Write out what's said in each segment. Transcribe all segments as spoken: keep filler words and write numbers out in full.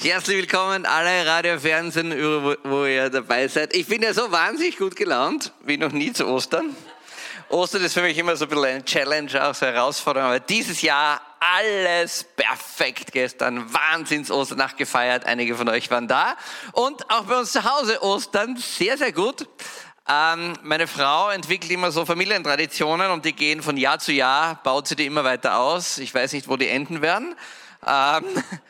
Herzlich willkommen alle Radio, Fernsehen, wo, wo ihr dabei seid. Ich bin ja so wahnsinnig gut gelaunt, wie noch nie zu Ostern. Ostern ist für mich immer so ein bisschen eine Challenge, auch so eine Herausforderung. Aber dieses Jahr alles perfekt. Gestern Wahnsinns-Osternacht gefeiert. Einige von euch waren da. Und auch bei uns zu Hause Ostern sehr, sehr gut. Ähm, meine Frau entwickelt immer so Familientraditionen und die gehen von Jahr zu Jahr, baut sie die immer weiter aus. Ich weiß nicht, wo die enden werden. Ähm,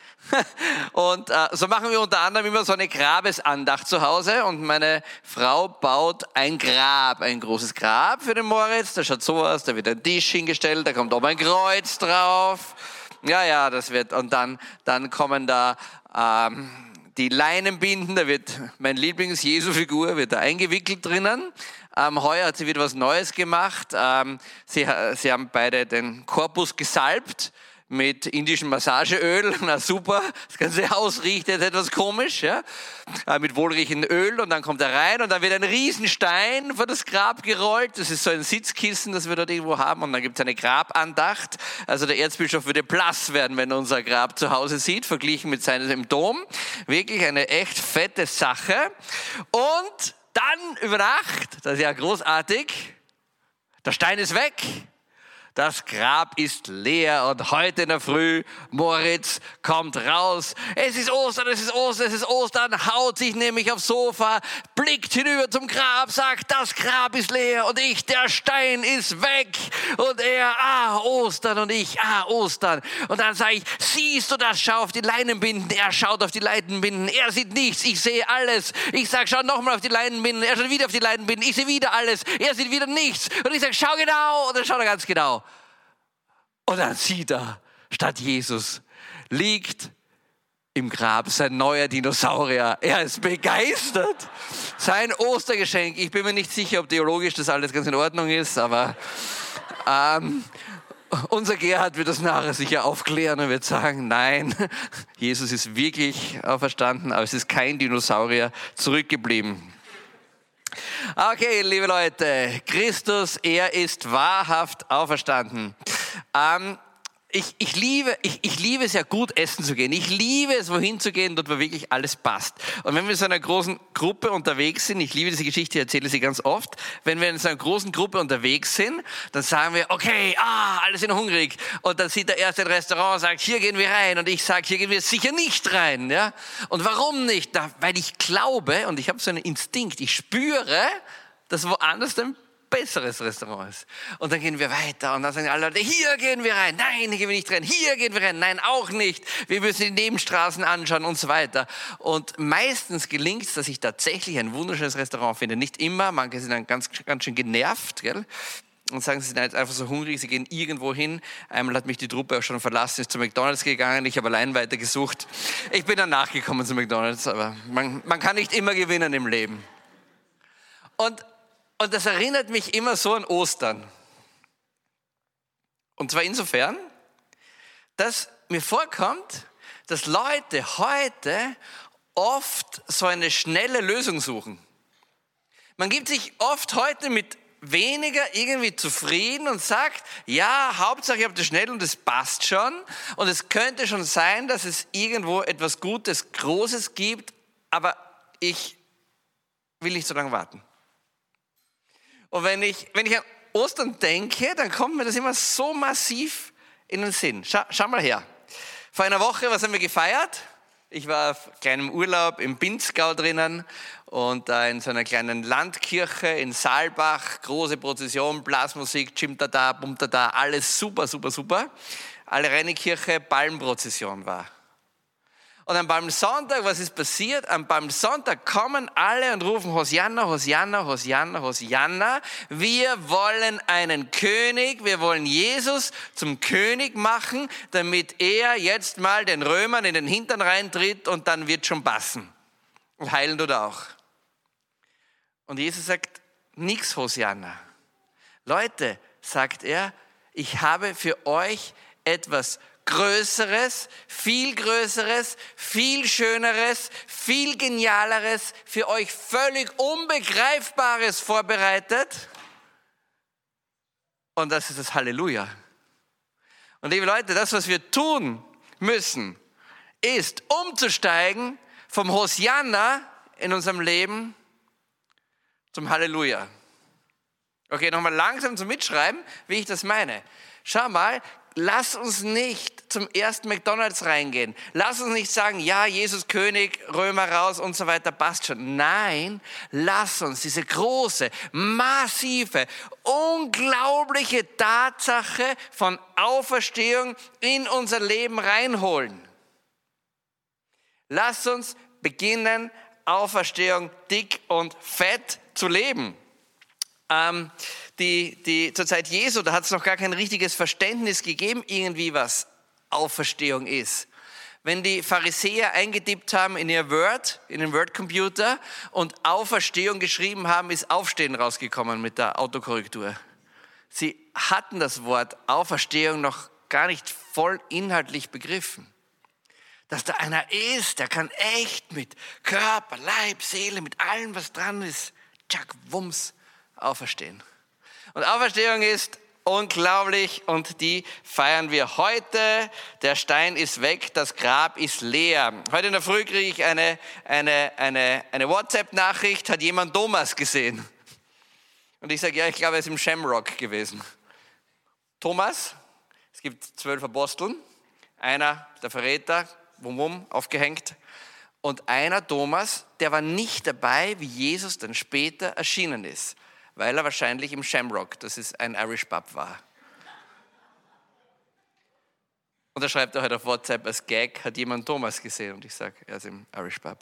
und äh, so machen wir unter anderem immer so eine Grabesandacht zu Hause und meine Frau baut ein Grab, ein großes Grab für den Moritz. Der schaut so aus, da wird ein Tisch hingestellt, da kommt oben ein Kreuz drauf. Ja, ja, das wird, und dann, dann kommen da ähm, die Leinenbinden, da wird mein Lieblings-Jesu-Figur, wird da eingewickelt drinnen. Ähm, heuer hat sie wieder was Neues gemacht. Ähm, sie, sie haben beide den Korpus gesalbt mit indischem Massageöl. Na super, das ganze Haus riecht jetzt etwas komisch, ja, äh, mit wohlriechendem Öl, und dann kommt er rein und dann wird ein Riesenstein vor das Grab gerollt. Das ist so ein Sitzkissen, das wir dort irgendwo haben, und dann gibt es eine Grabandacht. Also der Erzbischof würde blass werden, wenn er unser Grab zu Hause sieht, verglichen mit seinem im Dom. Wirklich eine echt fette Sache. Und dann über Nacht, das ist ja großartig, der Stein ist weg. Das Grab ist leer und heute in der Früh, Moritz kommt raus. Es ist Ostern, es ist Ostern, es ist Ostern, haut sich nämlich aufs Sofa, blickt hinüber zum Grab, sagt, das Grab ist leer, und ich, der Stein ist weg. Und er, ah, Ostern, und ich, ah, Ostern. Und dann sage ich, siehst du das? Schau auf die Leinenbinden. Er schaut auf die Leinenbinden. Er sieht nichts, ich sehe alles. Ich sage, schau nochmal auf die Leinenbinden. Er schaut wieder auf die Leinenbinden. Ich sehe wieder alles. Er sieht wieder nichts. Und ich sage, schau genau. Und dann schaut er ganz genau. Und dann sieht er, statt Jesus liegt im Grab sein neuer Dinosaurier. Er ist begeistert. Sein Ostergeschenk. Ich bin mir nicht sicher, ob theologisch das alles ganz in Ordnung ist, aber ähm, unser Gerhard wird das nachher sicher aufklären und wird sagen, nein, Jesus ist wirklich auferstanden, aber es ist kein Dinosaurier zurückgeblieben. Okay, liebe Leute, Christus, er ist wahrhaft auferstanden. Ähm, ich, ich, liebe, ich, ich liebe es ja, gut essen zu gehen. Ich liebe es, wohin zu gehen, dort wo wirklich alles passt. Und wenn wir in so einer großen Gruppe unterwegs sind, ich liebe diese Geschichte, ich erzähle sie ganz oft, wenn wir in so einer großen Gruppe unterwegs sind, dann sagen wir, okay, ah, alle sind hungrig. Und dann sieht der erste ein Restaurant und sagt, hier gehen wir rein. Und ich sage, hier gehen wir sicher nicht rein. Ja? Und warum nicht? Da, weil ich glaube, und ich habe so einen Instinkt, ich spüre, dass woanders ein besseres Restaurant ist. Und dann gehen wir weiter und dann sagen alle Leute, hier gehen wir rein, nein, hier gehen wir nicht rein, hier gehen wir rein, nein, auch nicht. Wir müssen die Nebenstraßen anschauen und so weiter. Und meistens gelingt es, dass ich tatsächlich ein wunderschönes Restaurant finde. Nicht immer, manche sind dann ganz, ganz schön genervt, gell? Und sagen, sie sind jetzt einfach so hungrig, sie gehen irgendwo hin. Einmal hat mich die Truppe auch schon verlassen, ist zu McDonald's gegangen, ich habe allein weitergesucht. Ich bin dann nachgekommen zu McDonald's, aber man, man kann nicht immer gewinnen im Leben. Und Und das erinnert mich immer so an Ostern. Und zwar insofern, dass mir vorkommt, dass Leute heute oft so eine schnelle Lösung suchen. Man gibt sich oft heute mit weniger irgendwie zufrieden und sagt, ja, Hauptsache ich habe das schnell und das passt schon. Und es könnte schon sein, dass es irgendwo etwas Gutes, Großes gibt, aber ich will nicht so lange warten. Und wenn ich, wenn ich an Ostern denke, dann kommt mir das immer so massiv in den Sinn. Schau, schau mal her. Vor einer Woche, was haben wir gefeiert? Ich war auf kleinem Urlaub im Pinzgau drinnen und da in so einer kleinen Landkirche in Saalbach, große Prozession, Blasmusik, Chimtada, Bumtada, alles super, super, super. Alle reine Kirche, Palmprozession war. Und am Palmsonntag, was ist passiert? Am Palmsonntag kommen alle und rufen Hosianna, Hosianna, Hosianna, Hosianna. Wir wollen einen König, wir wollen Jesus zum König machen, damit er jetzt mal den Römern in den Hintern reintritt und dann wird schon passen. Und heilen tut er auch. Und Jesus sagt, nix Hosianna. Leute, sagt er, ich habe für euch etwas Größeres, viel Größeres, viel Schöneres, viel Genialeres, für euch völlig Unbegreifbares vorbereitet. Und das ist das Halleluja. Und liebe Leute, das, was wir tun müssen, ist, umzusteigen vom Hosianna in unserem Leben zum Halleluja. Okay, nochmal langsam zum Mitschreiben, wie ich das meine. Schau mal, lass uns nicht zum ersten McDonald's reingehen. Lass uns nicht sagen, ja, Jesus König, Römer raus und so weiter, passt schon. Nein, lass uns diese große, massive, unglaubliche Tatsache von Auferstehung in unser Leben reinholen. Lass uns beginnen, Auferstehung dick und fett zu leben. Ähm, die, die, zur Zeit Jesu, da hat es noch gar kein richtiges Verständnis gegeben, irgendwie was Auferstehung ist. Wenn die Pharisäer eingetippt haben in ihr Word, in den Word-Computer und Auferstehung geschrieben haben, ist Aufstehen rausgekommen mit der Autokorrektur. Sie hatten das Wort Auferstehung noch gar nicht voll inhaltlich begriffen. Dass da einer ist, der kann echt mit Körper, Leib, Seele, mit allem, was dran ist, tschack, wumms, auferstehen. Und Auferstehung ist unglaublich und die feiern wir heute. Der Stein ist weg, das Grab ist leer. Heute in der Früh kriege ich eine, eine, eine, eine WhatsApp-Nachricht, hat jemand Thomas gesehen? Und ich sage, ja, ich glaube, er ist im Shamrock gewesen. Thomas, es gibt zwölf Aposteln, einer der Verräter, wum wum, aufgehängt. Und einer, Thomas, der war nicht dabei, wie Jesus dann später erschienen ist, weil er wahrscheinlich im Shamrock, das ist ein Irish Pub, war. Und er schreibt auch heute auf WhatsApp als Gag, hat jemand Thomas gesehen? Und ich sage, er ist im Irish Pub.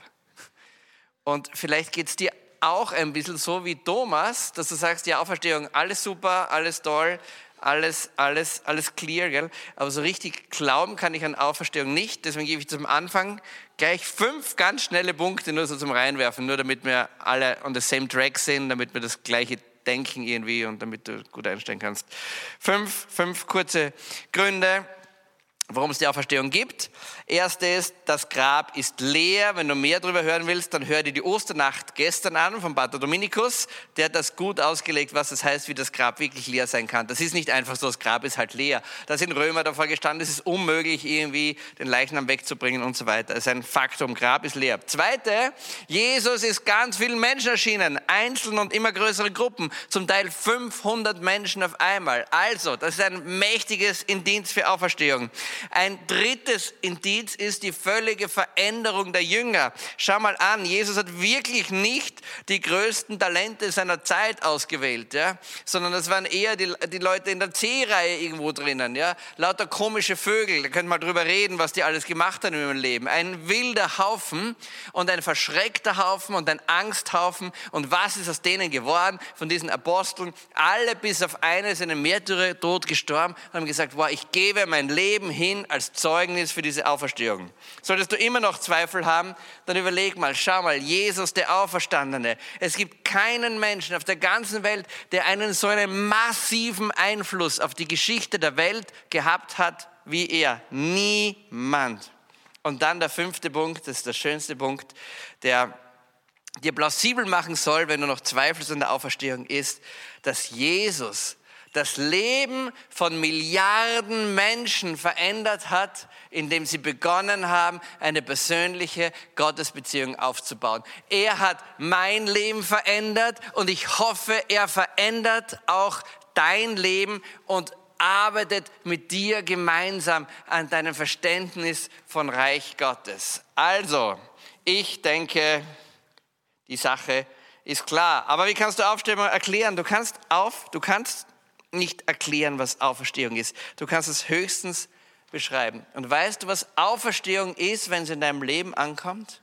Und vielleicht geht es dir auch ein bisschen so wie Thomas, dass du sagst, ja, Auferstehung, alles super, alles toll, alles, alles, alles clear, gell? Aber so richtig glauben kann ich an Auferstehung nicht. Deswegen gebe ich zum Anfang gleich fünf ganz schnelle Punkte nur so zum Reinwerfen, nur damit wir alle on the same track sind, damit wir das gleiche denken irgendwie und damit du gut einsteigen kannst. Fünf, fünf kurze Gründe, warum es die Auferstehung gibt. Erste ist, das Grab ist leer. Wenn du mehr darüber hören willst, dann hör dir die Osternacht gestern an von Pater Dominikus. Der hat das gut ausgelegt, was das heißt, wie das Grab wirklich leer sein kann. Das ist nicht einfach so, das Grab ist halt leer. Da sind Römer davor gestanden, es ist unmöglich, irgendwie den Leichnam wegzubringen und so weiter. Es ist ein Faktum, Grab ist leer. Zweite, Jesus ist ganz vielen Menschen erschienen, einzeln und immer größere Gruppen, zum Teil fünfhundert Menschen auf einmal. Also, das ist ein mächtiges Indiz für Auferstehung. Ein drittes Indiz ist die völlige Veränderung der Jünger. Schau mal an, Jesus hat wirklich nicht die größten Talente seiner Zeit ausgewählt, ja? Sondern das waren eher die, die Leute in der C-Reihe irgendwo drinnen. Ja? Lauter komische Vögel, da könnt man drüber reden, was die alles gemacht haben in ihrem Leben. Ein wilder Haufen und ein verschreckter Haufen und ein Angsthaufen. Und was ist aus denen geworden, von diesen Aposteln? Alle bis auf eine sind im Märtyrertod gestorben und haben gesagt, wow, ich gebe mein Leben hin als Zeugnis für diese Auferstehung. Solltest du immer noch Zweifel haben, dann überleg mal, schau mal, Jesus, der Auferstandene. Es gibt keinen Menschen auf der ganzen Welt, der einen so einen massiven Einfluss auf die Geschichte der Welt gehabt hat wie er. Niemand. Und dann der fünfte Punkt, das ist der schönste Punkt, der dir plausibel machen soll, wenn du noch zweifelst an der Auferstehung, ist, dass Jesus das Leben von Milliarden Menschen verändert hat, indem sie begonnen haben, eine persönliche Gottesbeziehung aufzubauen. Er hat mein Leben verändert und ich hoffe, er verändert auch dein Leben und arbeitet mit dir gemeinsam an deinem Verständnis von Reich Gottes. Also, ich denke, die Sache ist klar. Aber wie kannst du Auferstehung erklären? Du kannst auf, du kannst nicht erklären, was Auferstehung ist. Du kannst es höchstens beschreiben. Und weißt du, was Auferstehung ist, wenn sie in deinem Leben ankommt?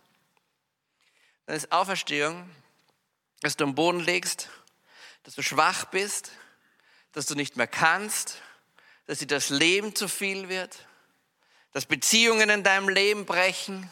Dann ist Auferstehung, dass du am Boden liegst, dass du schwach bist, dass du nicht mehr kannst, dass dir das Leben zu viel wird, dass Beziehungen in deinem Leben brechen,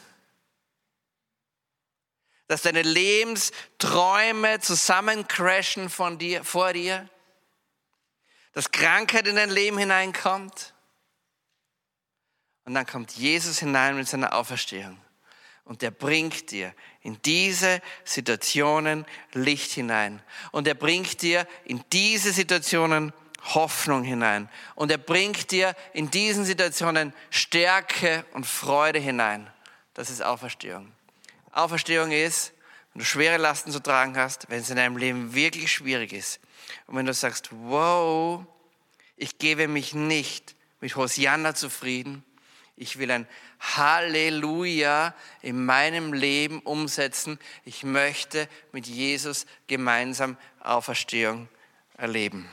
dass deine Lebensträume zusammencrashen von dir, vor dir, dass Krankheit in dein Leben hineinkommt. Und dann kommt Jesus hinein mit seiner Auferstehung. Und er bringt dir in diese Situationen Licht hinein. Und er bringt dir in diese Situationen Hoffnung hinein. Und er bringt dir in diesen Situationen Stärke und Freude hinein. das ist Auferstehung. Auferstehung ist, wenn du schwere Lasten zu tragen hast, wenn es in deinem Leben wirklich schwierig ist. Und wenn du sagst, wow, ich gebe mich nicht mit Hosianna zufrieden, ich will ein Halleluja in meinem Leben umsetzen. Ich möchte mit Jesus gemeinsam Auferstehung erleben.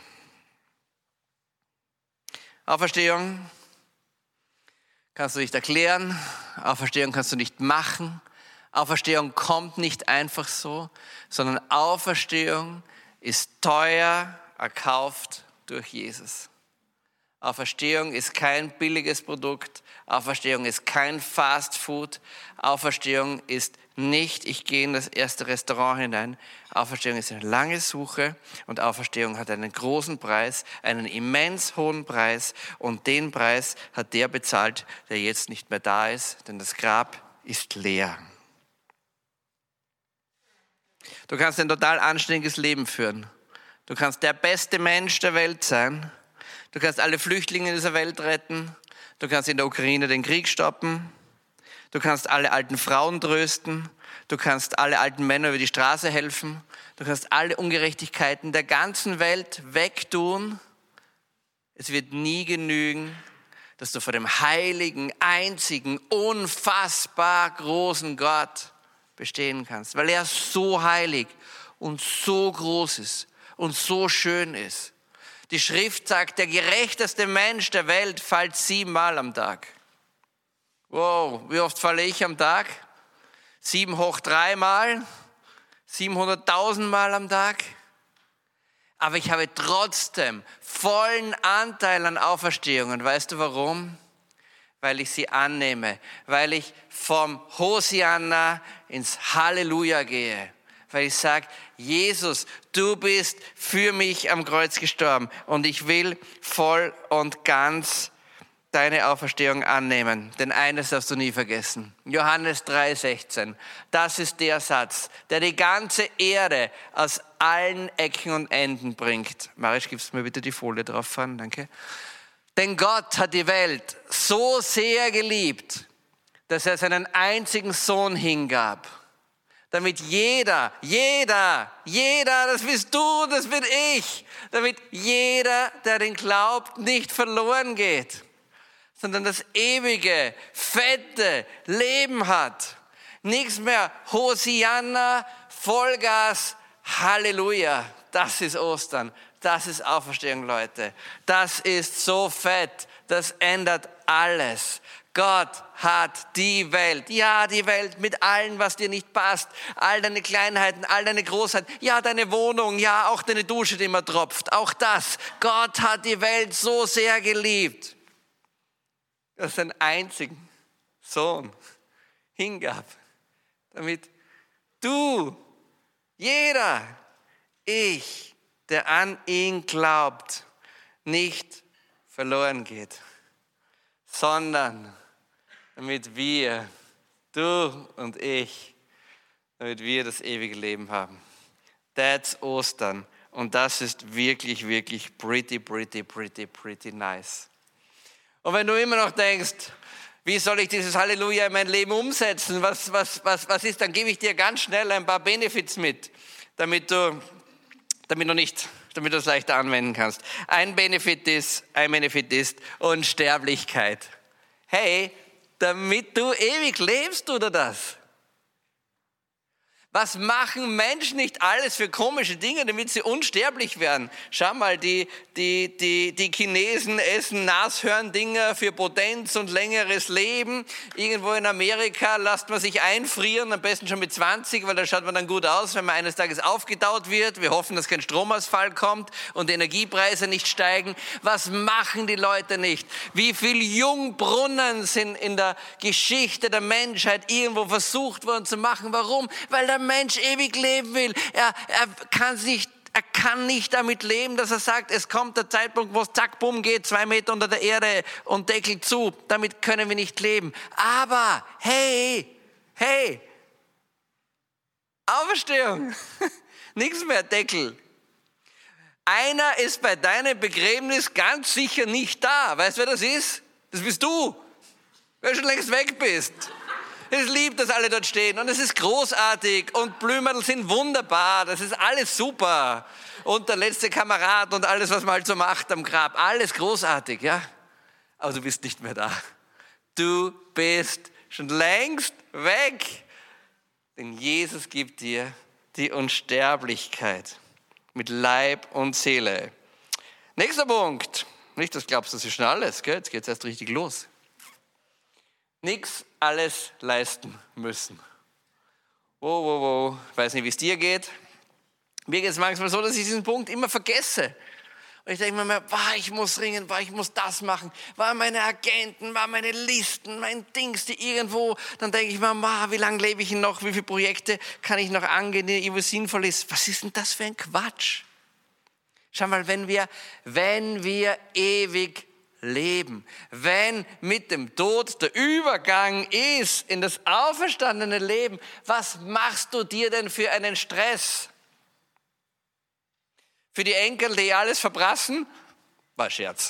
Auferstehung kannst du nicht erklären, Auferstehung kannst du nicht machen. Auferstehung kommt nicht einfach so, sondern Auferstehung ist teuer erkauft durch Jesus. Auferstehung ist kein billiges Produkt. Auferstehung ist kein Fast Food. Auferstehung ist nicht, ich gehe in das erste Restaurant hinein. Auferstehung ist eine lange Suche und Auferstehung hat einen großen Preis, einen immens hohen Preis. Und den Preis hat der bezahlt, der jetzt nicht mehr da ist, denn das Grab ist leer. Du kannst ein total anständiges Leben führen. Du kannst der beste Mensch der Welt sein. Du kannst alle Flüchtlinge dieser Welt retten. Du kannst in der Ukraine den Krieg stoppen. Du kannst alle alten Frauen trösten. Du kannst alle alten Männer über die Straße helfen. Du kannst alle Ungerechtigkeiten der ganzen Welt wegtun. Es wird nie genügen, dass du vor dem heiligen, einzigen, unfassbar großen Gott bestehen kannst, weil er so heilig und so groß ist und so schön ist. Die Schrift sagt, der gerechteste Mensch der Welt fällt siebenmal am Tag. Wow, wie oft falle ich am Tag? Sieben hoch dreimal, siebenhunderttausend Mal am Tag. Aber ich habe trotzdem vollen Anteil an Auferstehung. Und weißt du warum? Weil ich sie annehme, weil ich vom Hosianna ins Halleluja gehe. Weil ich sage, Jesus, du bist für mich am Kreuz gestorben und ich will voll und ganz deine Auferstehung annehmen. Denn eines darfst du nie vergessen. Johannes drei sechzehn, das ist der Satz, der die ganze Erde aus allen Ecken und Enden bringt. Marisch, gibst du mir bitte die Folie drauf fahren, danke. Denn Gott hat die Welt so sehr geliebt, dass er seinen einzigen Sohn hingab. Damit jeder, jeder, jeder, das bist du, das bin ich, damit jeder, der den glaubt, nicht verloren geht, sondern das ewige, fette Leben hat. Nichts mehr Hosianna, Vollgas, Halleluja. Das ist Ostern, das ist Auferstehung, Leute. Das ist so fett, das ändert alles. Gott hat die Welt, ja, die Welt mit allem, was dir nicht passt, all deine Kleinheiten, all deine Großheiten, ja, deine Wohnung, ja, auch deine Dusche, die immer tropft, auch das. Gott hat die Welt so sehr geliebt, dass er seinen einzigen Sohn hingab, damit du, jeder, ich, der an ihn glaubt, nicht verloren geht, sondern damit wir, du und ich, damit wir das ewige Leben haben. That's Ostern. Und das ist wirklich, wirklich pretty, pretty, pretty, pretty nice. Und wenn du immer noch denkst, wie soll ich dieses Halleluja in mein Leben umsetzen? Was, was, was, was ist? Dann gebe ich dir ganz schnell ein paar Benefits mit, damit du, damit du nicht, damit du es leichter anwenden kannst. Ein Benefit ist, ein Benefit ist Unsterblichkeit. Hey, damit du ewig lebst, oder das? Was machen Menschen nicht alles für komische Dinge, damit sie unsterblich werden? Schau mal, die, die, die, die Chinesen essen Nashörndinger für Potenz und längeres Leben. Irgendwo in Amerika lässt man sich einfrieren, am besten schon mit zwanzig, weil da schaut man dann gut aus, wenn man eines Tages aufgetaut wird. Wir hoffen, dass kein Stromausfall kommt und die Energiepreise nicht steigen. Was machen die Leute nicht? Wie viele Jungbrunnen sind in der Geschichte der Menschheit irgendwo versucht worden zu machen? Warum? Weil der Mensch ewig leben will. Er, er, kann sich, er kann nicht damit leben, dass er sagt, es kommt der Zeitpunkt, wo es zack, bumm geht, zwei Meter unter der Erde und Deckel zu. Damit können wir nicht leben. Aber, hey, hey, Auferstehung, nichts mehr Deckel. Einer ist bei deinem Begräbnis ganz sicher nicht da. Weißt du, wer das ist? Das bist du, weil du schon längst weg bist. Es liebt, dass alle dort stehen und es ist großartig und Blümerl sind wunderbar, das ist alles super. Und der letzte Kamerad und alles, was man halt so macht am Grab, alles großartig, ja. Aber du bist nicht mehr da. Du bist schon längst weg. Denn Jesus gibt dir die Unsterblichkeit mit Leib und Seele. Nächster Punkt. Nicht, das glaubst du, das ist schon alles, gell? Jetzt geht es erst richtig los. Nichts alles leisten müssen. Wow, wow, wow. Ich weiß nicht, wie es dir geht. Mir geht es manchmal so, dass ich diesen Punkt immer vergesse. Und ich denke mir, wow, ich muss ringen, wow, ich muss das machen. War meine Agenten, war meine Listen, mein Dings, die irgendwo. Dann denke ich mir, wow, wie lange lebe ich noch? Wie viele Projekte kann ich noch angehen, die irgendwo sinnvoll ist? Was ist denn das für ein Quatsch? Schau mal, wenn wir, wenn wir ewig leben, wenn mit dem Tod der Übergang ist in das auferstandene Leben, was machst du dir denn für einen Stress? Für die Enkel, die alles verprassen? War Scherz.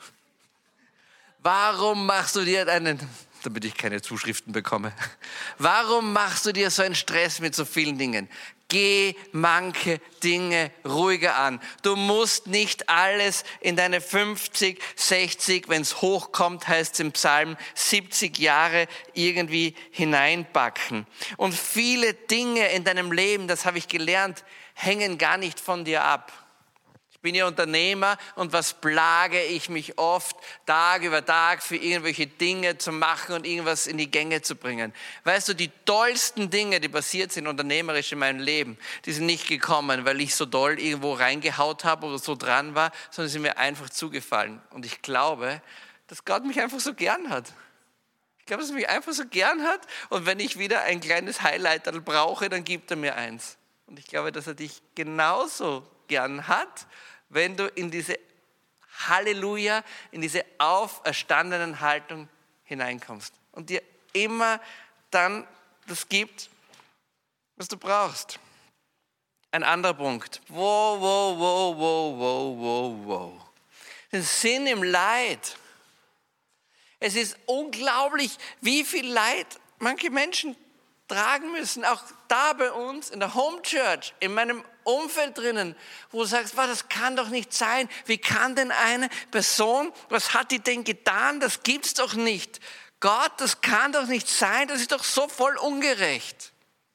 Warum machst du dir einen, damit ich keine Zuschriften bekomme, warum machst du dir so einen Stress mit so vielen Dingen? Geh manche Dinge ruhiger an. Du musst nicht alles in deine fünfzig, sechzig, wenn es hochkommt, heißt es im Psalm, siebzig Jahre irgendwie hineinpacken. Und viele Dinge in deinem Leben, das habe ich gelernt, hängen gar nicht von dir ab. Ich bin ja Unternehmer und was plage ich mich oft, Tag über Tag für irgendwelche Dinge zu machen und irgendwas in die Gänge zu bringen. Weißt du, die tollsten Dinge, die passiert sind unternehmerisch in meinem Leben, die sind nicht gekommen, weil ich so doll irgendwo reingehaut habe oder so dran war, sondern sind mir einfach zugefallen. Und ich glaube, dass Gott mich einfach so gern hat. Ich glaube, dass er mich einfach so gern hat und wenn ich wieder ein kleines Highlighter brauche, dann gibt er mir eins. Und ich glaube, dass er dich genauso gern hat, wenn du in diese Halleluja, in diese auferstandenen Haltung hineinkommst und dir immer dann das gibt, was du brauchst. Ein anderer Punkt. Wow, wow, wow, wow, wow, wow, wow. Den Sinn im Leid. Es ist unglaublich, wie viel Leid manche Menschen tragen müssen, auch da bei uns in der Home Church, in meinem Umfeld drinnen, wo du sagst, wow, das kann doch nicht sein. Wie kann denn eine Person, was hat die denn getan? Das gibt's doch nicht. Gott, das kann doch nicht sein. Das ist doch so voll ungerecht.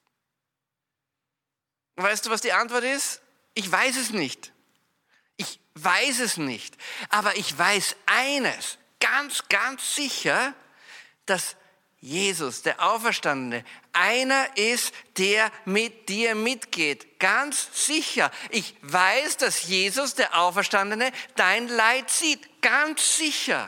Und weißt du, was die Antwort ist? Ich weiß es nicht. Ich weiß es nicht. Aber ich weiß eines, ganz, ganz sicher, dass Jesus, der Auferstandene, einer ist, der mit dir mitgeht. Ganz sicher. Ich weiß, dass Jesus, der Auferstandene, dein Leid sieht. Ganz sicher.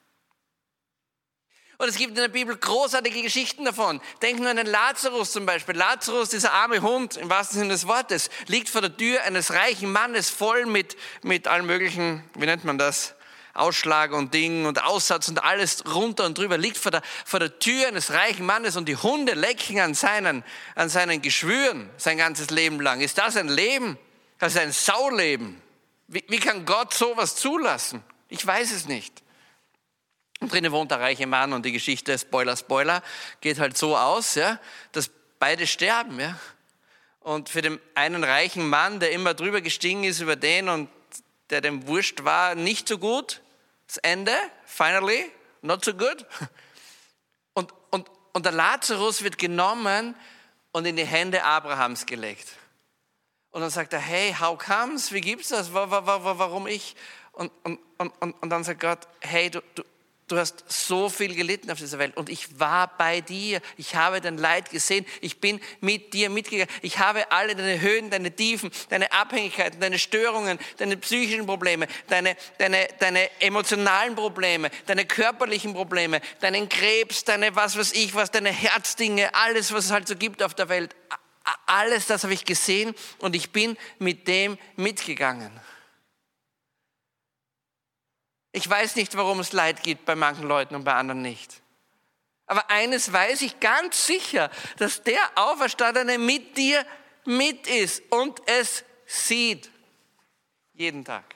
Und es gibt in der Bibel großartige Geschichten davon. Denk nur an den Lazarus zum Beispiel. Lazarus, dieser arme Hund, im wahrsten Sinne des Wortes, liegt vor der Tür eines reichen Mannes voll mit, mit allen möglichen, wie nennt man das? Ausschlag und Ding und Aussatz und alles runter und drüber, liegt vor der, vor der Tür eines reichen Mannes und die Hunde lecken an seinen, an seinen Geschwüren sein ganzes Leben lang. Ist das ein Leben? Das ist ein Sauleben. Wie, wie kann Gott sowas zulassen? Ich weiß es nicht. Und drinnen wohnt der reiche Mann und die Geschichte, Spoiler, Spoiler, geht halt so aus, ja, dass beide sterben. Ja. Und für den einen reichen Mann, der immer drüber gestiegen ist über den und der dem wurscht war, nicht so gut. Das Ende, finally, not so good. Und, und, und der Lazarus wird genommen und in die Hände Abrahams gelegt. Und dann sagt er, hey, how comes? Wie gibt's das? Warum ich? Und, und, und, und dann sagt Gott, hey, du, du, du hast so viel gelitten auf dieser Welt und ich war bei dir. Ich habe dein Leid gesehen. Ich bin mit dir mitgegangen. Ich habe alle deine Höhen, deine Tiefen, deine Abhängigkeiten, deine Störungen, deine psychischen Probleme, deine, deine, deine emotionalen Probleme, deine körperlichen Probleme, deinen Krebs, deine was weiß ich was, deine Herzdinge, alles, was es halt so gibt auf der Welt. Alles das habe ich gesehen und ich bin mit dem mitgegangen. Ich weiß nicht, warum es Leid gibt bei manchen Leuten und bei anderen nicht. Aber eines weiß ich ganz sicher, dass der Auferstandene mit dir mit ist und es sieht. Jeden Tag.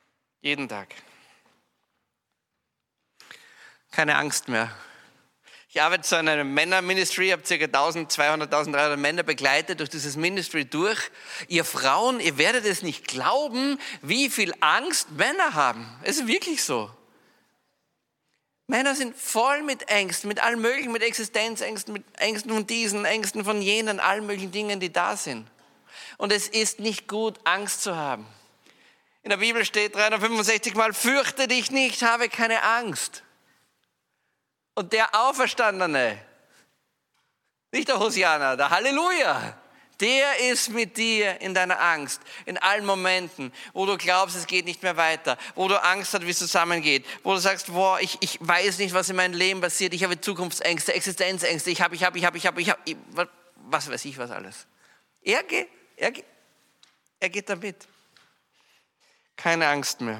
Jeden Tag. Keine Angst mehr. Ich arbeite so in einem Männer-Ministry, habe ca. zwölfhundert, dreizehnhundert Männer begleitet durch dieses Ministry durch. Ihr Frauen, ihr werdet es nicht glauben, wie viel Angst Männer haben. Es ist wirklich so. Männer sind voll mit Ängsten, mit allen möglichen, mit Existenzängsten, mit Ängsten von diesen, Ängsten von jenen, allen möglichen Dingen, die da sind. Und es ist nicht gut, Angst zu haben. In der Bibel steht dreihundertfünfundsechzig Mal, fürchte dich nicht, habe keine Angst. Und der Auferstandene, nicht der Hosianna, der Halleluja, der ist mit dir in deiner Angst, in allen Momenten, wo du glaubst, es geht nicht mehr weiter, wo du Angst hast, wie es zusammengeht, wo du sagst, boah, ich, ich weiß nicht, was in meinem Leben passiert, ich habe Zukunftsängste, Existenzängste, ich habe, ich habe, ich habe, ich habe, ich habe, was weiß ich was alles. Er geht, er geht, er geht damit. Keine Angst mehr.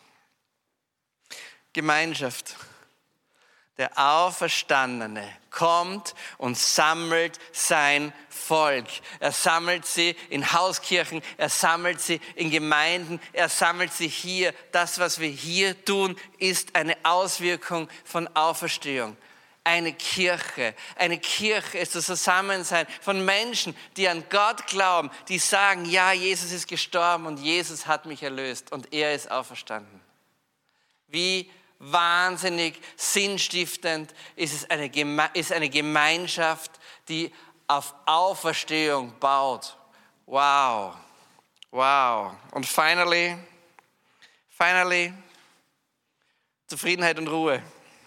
Gemeinschaft. Der Auferstandene kommt und sammelt sein Volk. Er sammelt sie in Hauskirchen, er sammelt sie in Gemeinden, er sammelt sie hier. Das, was wir hier tun, ist eine Auswirkung von Auferstehung. Eine Kirche. Eine Kirche ist das Zusammensein von Menschen, die an Gott glauben, die sagen, ja, Jesus ist gestorben und Jesus hat mich erlöst und er ist auferstanden. Wie wahnsinnig sinnstiftend ist es eine, Geme- ist eine Gemeinschaft, die auf Auferstehung baut. Wow, wow. Und finally, finally, Zufriedenheit und Ruhe.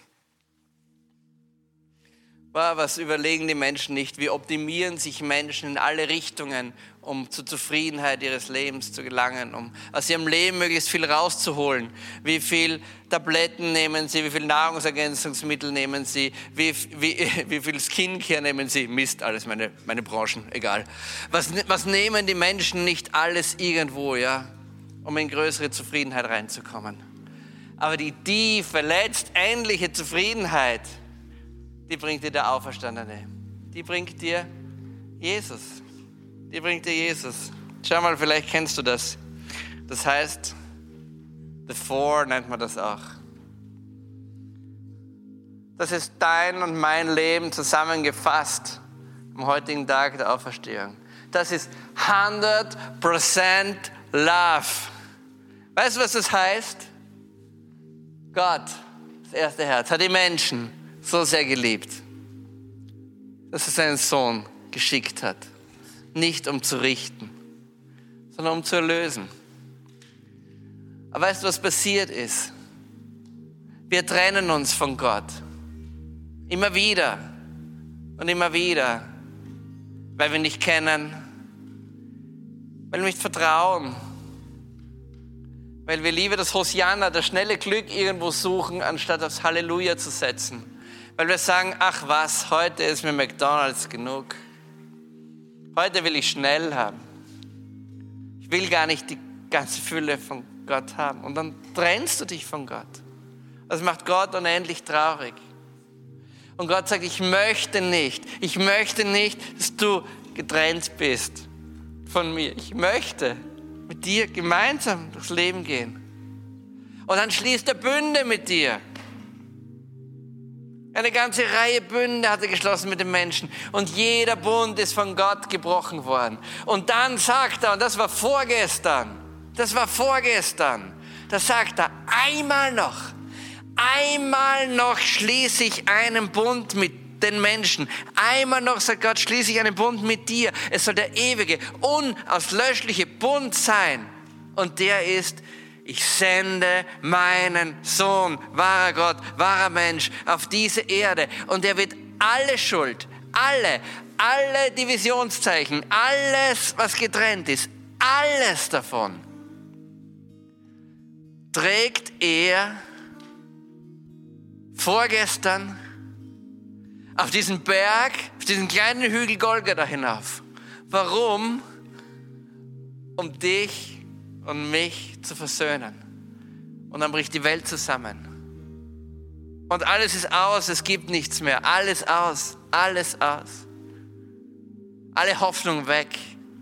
Wow, was überlegen die Menschen nicht? Wie optimieren sich Menschen in alle Richtungen, um zur Zufriedenheit ihres Lebens zu gelangen, um aus ihrem Leben möglichst viel rauszuholen? Wie viel Tabletten nehmen sie, wie viel Nahrungsergänzungsmittel nehmen sie, wie, wie, wie viel Skincare nehmen sie? Mist, alles meine, meine Branchen, egal. Was, was nehmen die Menschen nicht alles irgendwo, ja, um in größere Zufriedenheit reinzukommen? Aber die tiefe, letztendliche Zufriedenheit, die bringt dir der Auferstandene. Die bringt dir Jesus. Die bringt dir Jesus. Schau mal, vielleicht kennst du das. Das heißt, The Four nennt man das auch. Das ist dein und mein Leben zusammengefasst am heutigen Tag der Auferstehung. Das ist hundert Prozent Love. Weißt du, was das heißt? Gott, das erste Herz, hat die Menschen so sehr geliebt, dass er seinen Sohn geschickt hat. Nicht um zu richten, sondern um zu erlösen. Aber weißt du, was passiert ist? Wir trennen uns von Gott. Immer wieder und immer wieder. Weil wir nicht kennen, weil wir nicht vertrauen, weil wir lieber das Hosianna, das schnelle Glück irgendwo suchen, anstatt aufs Halleluja zu setzen. Weil wir sagen, ach was, heute ist mir McDonald's genug. Heute will ich schnell haben. Ich will gar nicht die ganze Fülle von Gott haben. Und dann trennst du dich von Gott. Das macht Gott unendlich traurig. Und Gott sagt, ich möchte nicht, ich möchte nicht, dass du getrennt bist von mir. Ich möchte mit dir gemeinsam durchs Leben gehen. Und dann schließt er Bünde mit dir. Eine ganze Reihe Bünde hat er geschlossen mit den Menschen. Und jeder Bund ist von Gott gebrochen worden. Und dann sagt er, und das war vorgestern, das war vorgestern, da sagt er, einmal noch, einmal noch schließe ich einen Bund mit den Menschen. Einmal noch, sagt Gott, schließe ich einen Bund mit dir. Es soll der ewige, unauslöschliche Bund sein. Und der ist, ich sende meinen Sohn, wahrer Gott, wahrer Mensch, auf diese Erde. Und er wird alle Schuld, alle, alle Divisionszeichen, alles, was getrennt ist, alles davon, trägt er vorgestern auf diesen Berg, auf diesen kleinen Hügel Golgatha hinauf. Warum? Um dich und mich zu versöhnen. Und dann bricht die Welt zusammen. Und alles ist aus, es gibt nichts mehr. Alles aus, alles aus. Alle Hoffnung weg.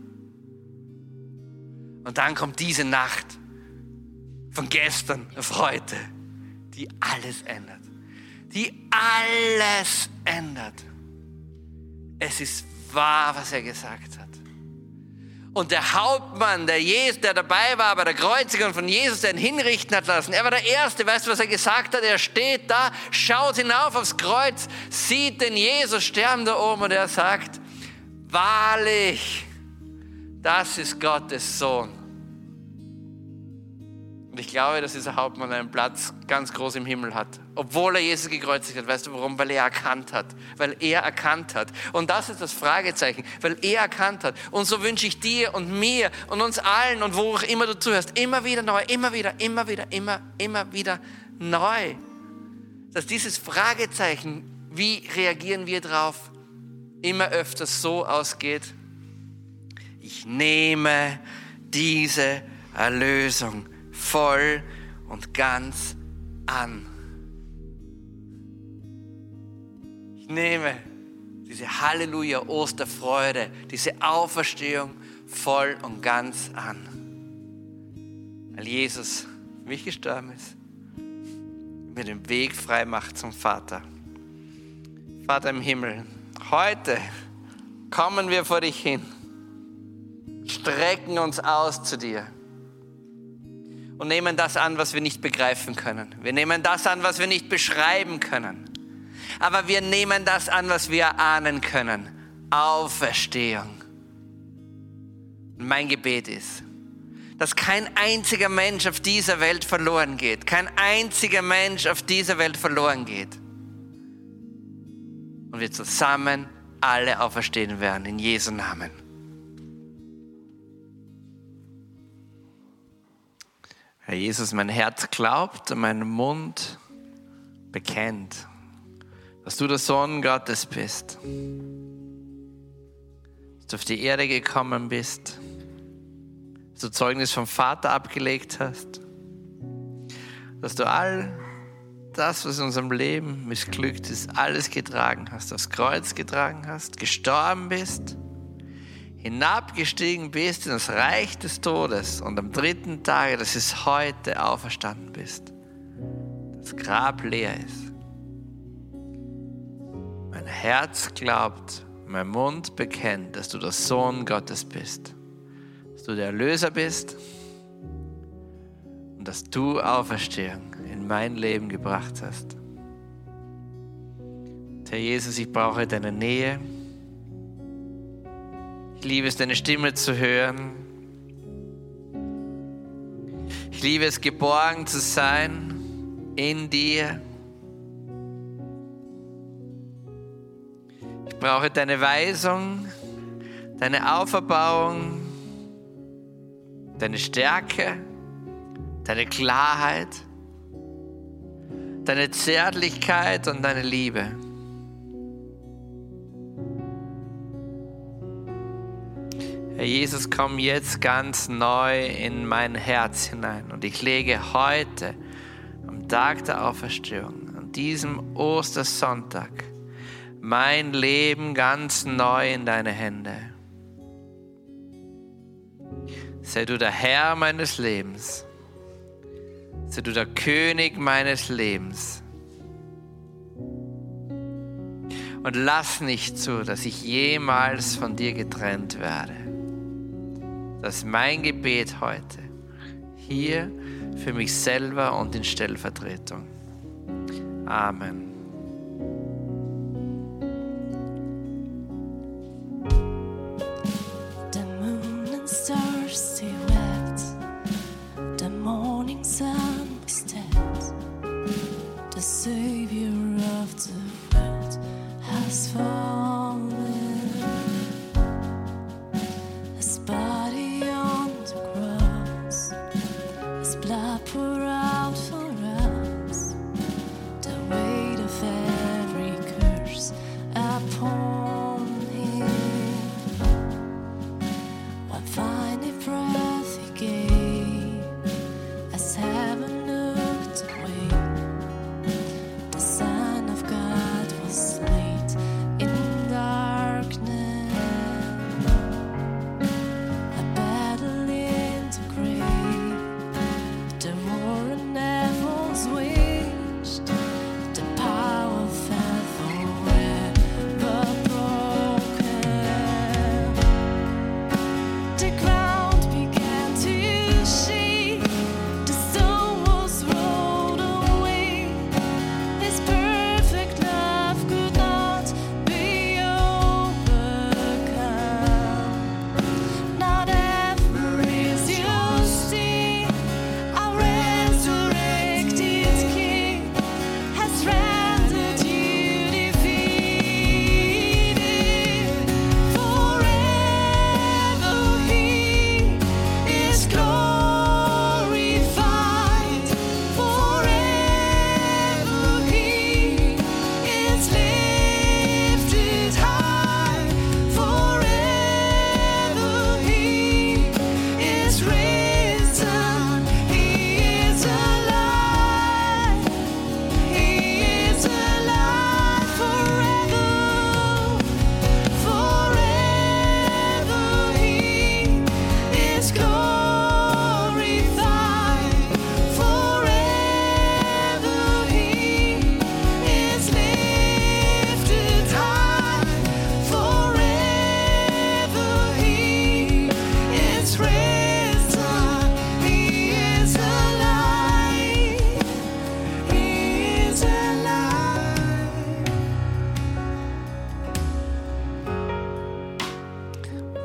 Und dann kommt diese Nacht von gestern auf heute, die alles ändert. die alles ändert. Es ist wahr, was er gesagt hat. Und der Hauptmann, der, Jesus, der dabei war bei der Kreuzigung von Jesus, der ihn hinrichten hat lassen, er war der Erste, weißt du, was er gesagt hat? Er steht da, schaut hinauf aufs Kreuz, sieht den Jesus sterben da oben und er sagt, wahrlich, das ist Gottes Sohn. Und ich glaube, dass dieser Hauptmann einen Platz ganz groß im Himmel hat. Obwohl er Jesus gekreuzigt hat. Weißt du warum? Weil er erkannt hat. Weil er erkannt hat. Und das ist das Fragezeichen. Weil er erkannt hat. Und so wünsche ich dir und mir und uns allen und wo auch immer du zuhörst, immer wieder neu, immer wieder, immer wieder, immer, immer wieder neu. Dass dieses Fragezeichen, wie reagieren wir drauf, immer öfter so ausgeht. Ich nehme diese Erlösung voll und ganz an. Ich nehme diese Halleluja-Osterfreude, diese Auferstehung voll und ganz an. Weil Jesus für mich gestorben ist, mir den Weg frei macht zum Vater. Vater im Himmel, heute kommen wir vor dich hin, strecken uns aus zu dir. Und nehmen das an, was wir nicht begreifen können. Wir nehmen das an, was wir nicht beschreiben können. Aber wir nehmen das an, was wir ahnen können. Auferstehung. Und mein Gebet ist, dass kein einziger Mensch auf dieser Welt verloren geht. Kein einziger Mensch auf dieser Welt verloren geht. Und wir zusammen alle auferstehen werden. In Jesu Namen. Herr Jesus, mein Herz glaubt und mein Mund bekennt, dass du der Sohn Gottes bist, dass du auf die Erde gekommen bist, dass du Zeugnis vom Vater abgelegt hast, dass du all das, was in unserem Leben missglückt ist, alles getragen hast, aufs Kreuz getragen hast, gestorben bist, hinabgestiegen bist in das Reich des Todes und am dritten Tage, das ist heute, auferstanden bist. Das Grab leer ist. Mein Herz glaubt, mein Mund bekennt, dass du der Sohn Gottes bist. Dass du der Erlöser bist und dass du Auferstehung in mein Leben gebracht hast. Herr Jesus, ich brauche deine Nähe. Ich liebe es, deine Stimme zu hören. Ich liebe es, geborgen zu sein in dir. Ich brauche deine Weisung, deine Auferbauung, deine Stärke, deine Klarheit, deine Zärtlichkeit und deine Liebe. Herr Jesus, komm jetzt ganz neu in mein Herz hinein und ich lege heute am Tag der Auferstehung, an diesem Ostersonntag, mein Leben ganz neu in deine Hände. Sei du der Herr meines Lebens, sei du der König meines Lebens. Und lass nicht zu, dass ich jemals von dir getrennt werde. Das ist mein Gebet heute, hier für mich selber und in Stellvertretung. Amen. The moon and stars they wept, the morning sun was dead, the Savior of the world has fallen. His body on the cross, His blood poured out for us. The weight of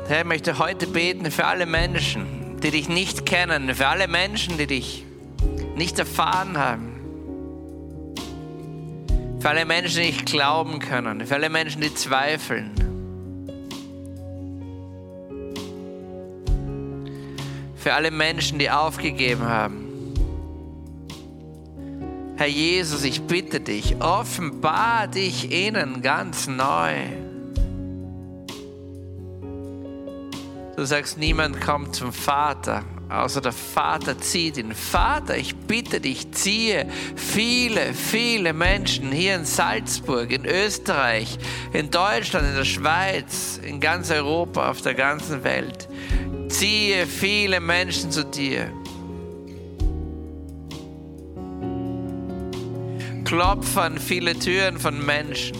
Herr, ich möchte heute beten für alle Menschen, die dich nicht kennen, für alle Menschen, die dich nicht erfahren haben, für alle Menschen, die nicht glauben können, für alle Menschen, die zweifeln. Für alle Menschen, die aufgegeben haben. Herr Jesus, ich bitte dich, offenbar dich ihnen ganz neu. Du sagst, niemand kommt zum Vater, außer der Vater zieht ihn. Vater, ich bitte dich, ziehe viele, viele Menschen hier in Salzburg, in Österreich, in Deutschland, in der Schweiz, in ganz Europa, auf der ganzen Welt. Ziehe viele Menschen zu dir. Klopfe an viele Türen von Menschen.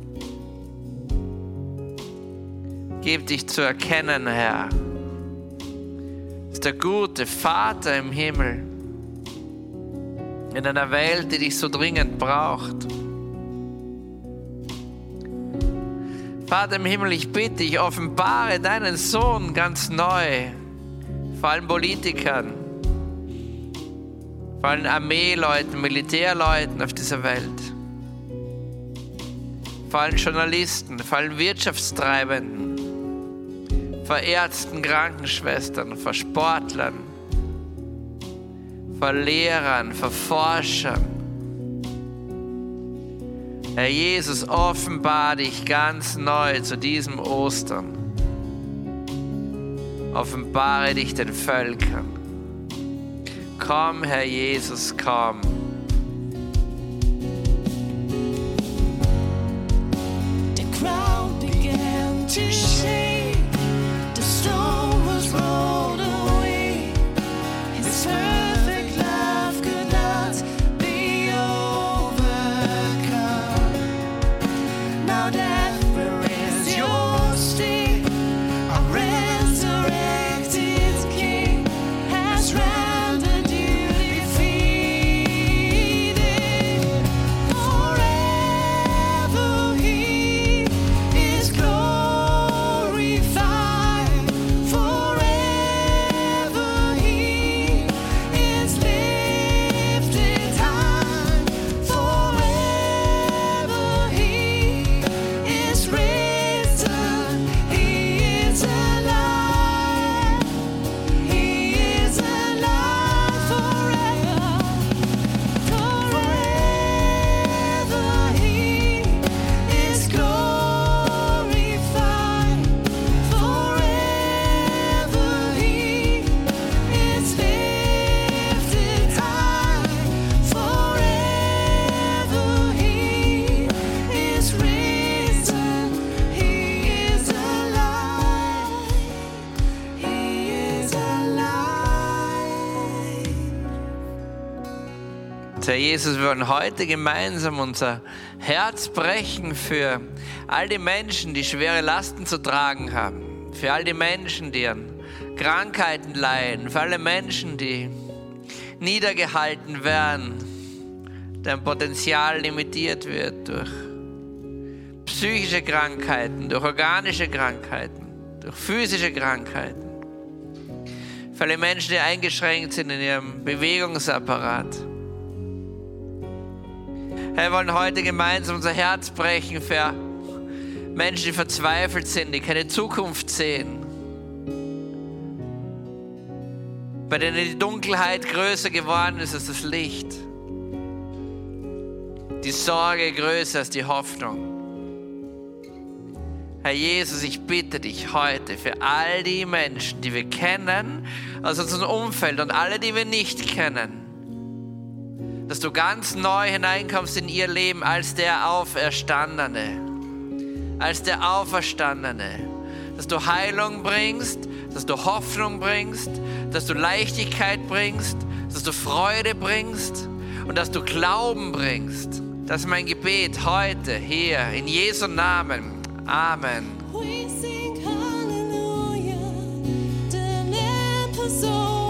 Gib dich zu erkennen, Herr. Das ist der gute Vater im Himmel. In einer Welt, die dich so dringend braucht. Vater im Himmel, ich bitte dich, offenbare deinen Sohn ganz neu. Vor allem Politikern, vor allem Armeeleuten, Militärleuten auf dieser Welt. Vor allem Journalisten, vor allem Wirtschaftstreibenden. Vor Ärzten, Krankenschwestern, vor Sportlern, vor Lehrern, vor Forschern. Herr Jesus, offenbar dich ganz neu zu diesem Ostern. Offenbare dich den Völkern. Komm, Herr Jesus, komm. The crowd began to shake. The stone was rolled away. His perfect love could not be overcome. Now death, where is your sting? A resurrected King has rendered you defeated. Forever he is glorified. Forever he is lifted high. Forever he is risen. He is alive. He is alive forever. Forever he is glorified. Forever he is lifted high. Forever he is risen. He is alive. He is alive. Herr Jesus, wir wollen heute gemeinsam unser Herz brechen für all die Menschen, die schwere Lasten zu tragen haben. Für all die Menschen, die an Krankheiten leiden. Für alle Menschen, die niedergehalten werden, deren Potenzial limitiert wird durch psychische Krankheiten, durch organische Krankheiten, durch physische Krankheiten. Für alle Menschen, die eingeschränkt sind in ihrem Bewegungsapparat. Herr, wir wollen heute gemeinsam unser Herz brechen für Menschen, die verzweifelt sind, die keine Zukunft sehen. Bei denen die Dunkelheit größer geworden ist als das Licht. Die Sorge größer als die Hoffnung. Herr Jesus, ich bitte dich heute für all die Menschen, die wir kennen, aus unserem Umfeld und alle, die wir nicht kennen, dass du ganz neu hineinkommst in ihr Leben als der Auferstandene, als der Auferstandene, dass du Heilung bringst, dass du Hoffnung bringst, dass du Leichtigkeit bringst, dass du Freude bringst und dass du Glauben bringst. Das ist mein Gebet heute, hier, in Jesu Namen. Amen. We sing hallelujah. The lamp is over.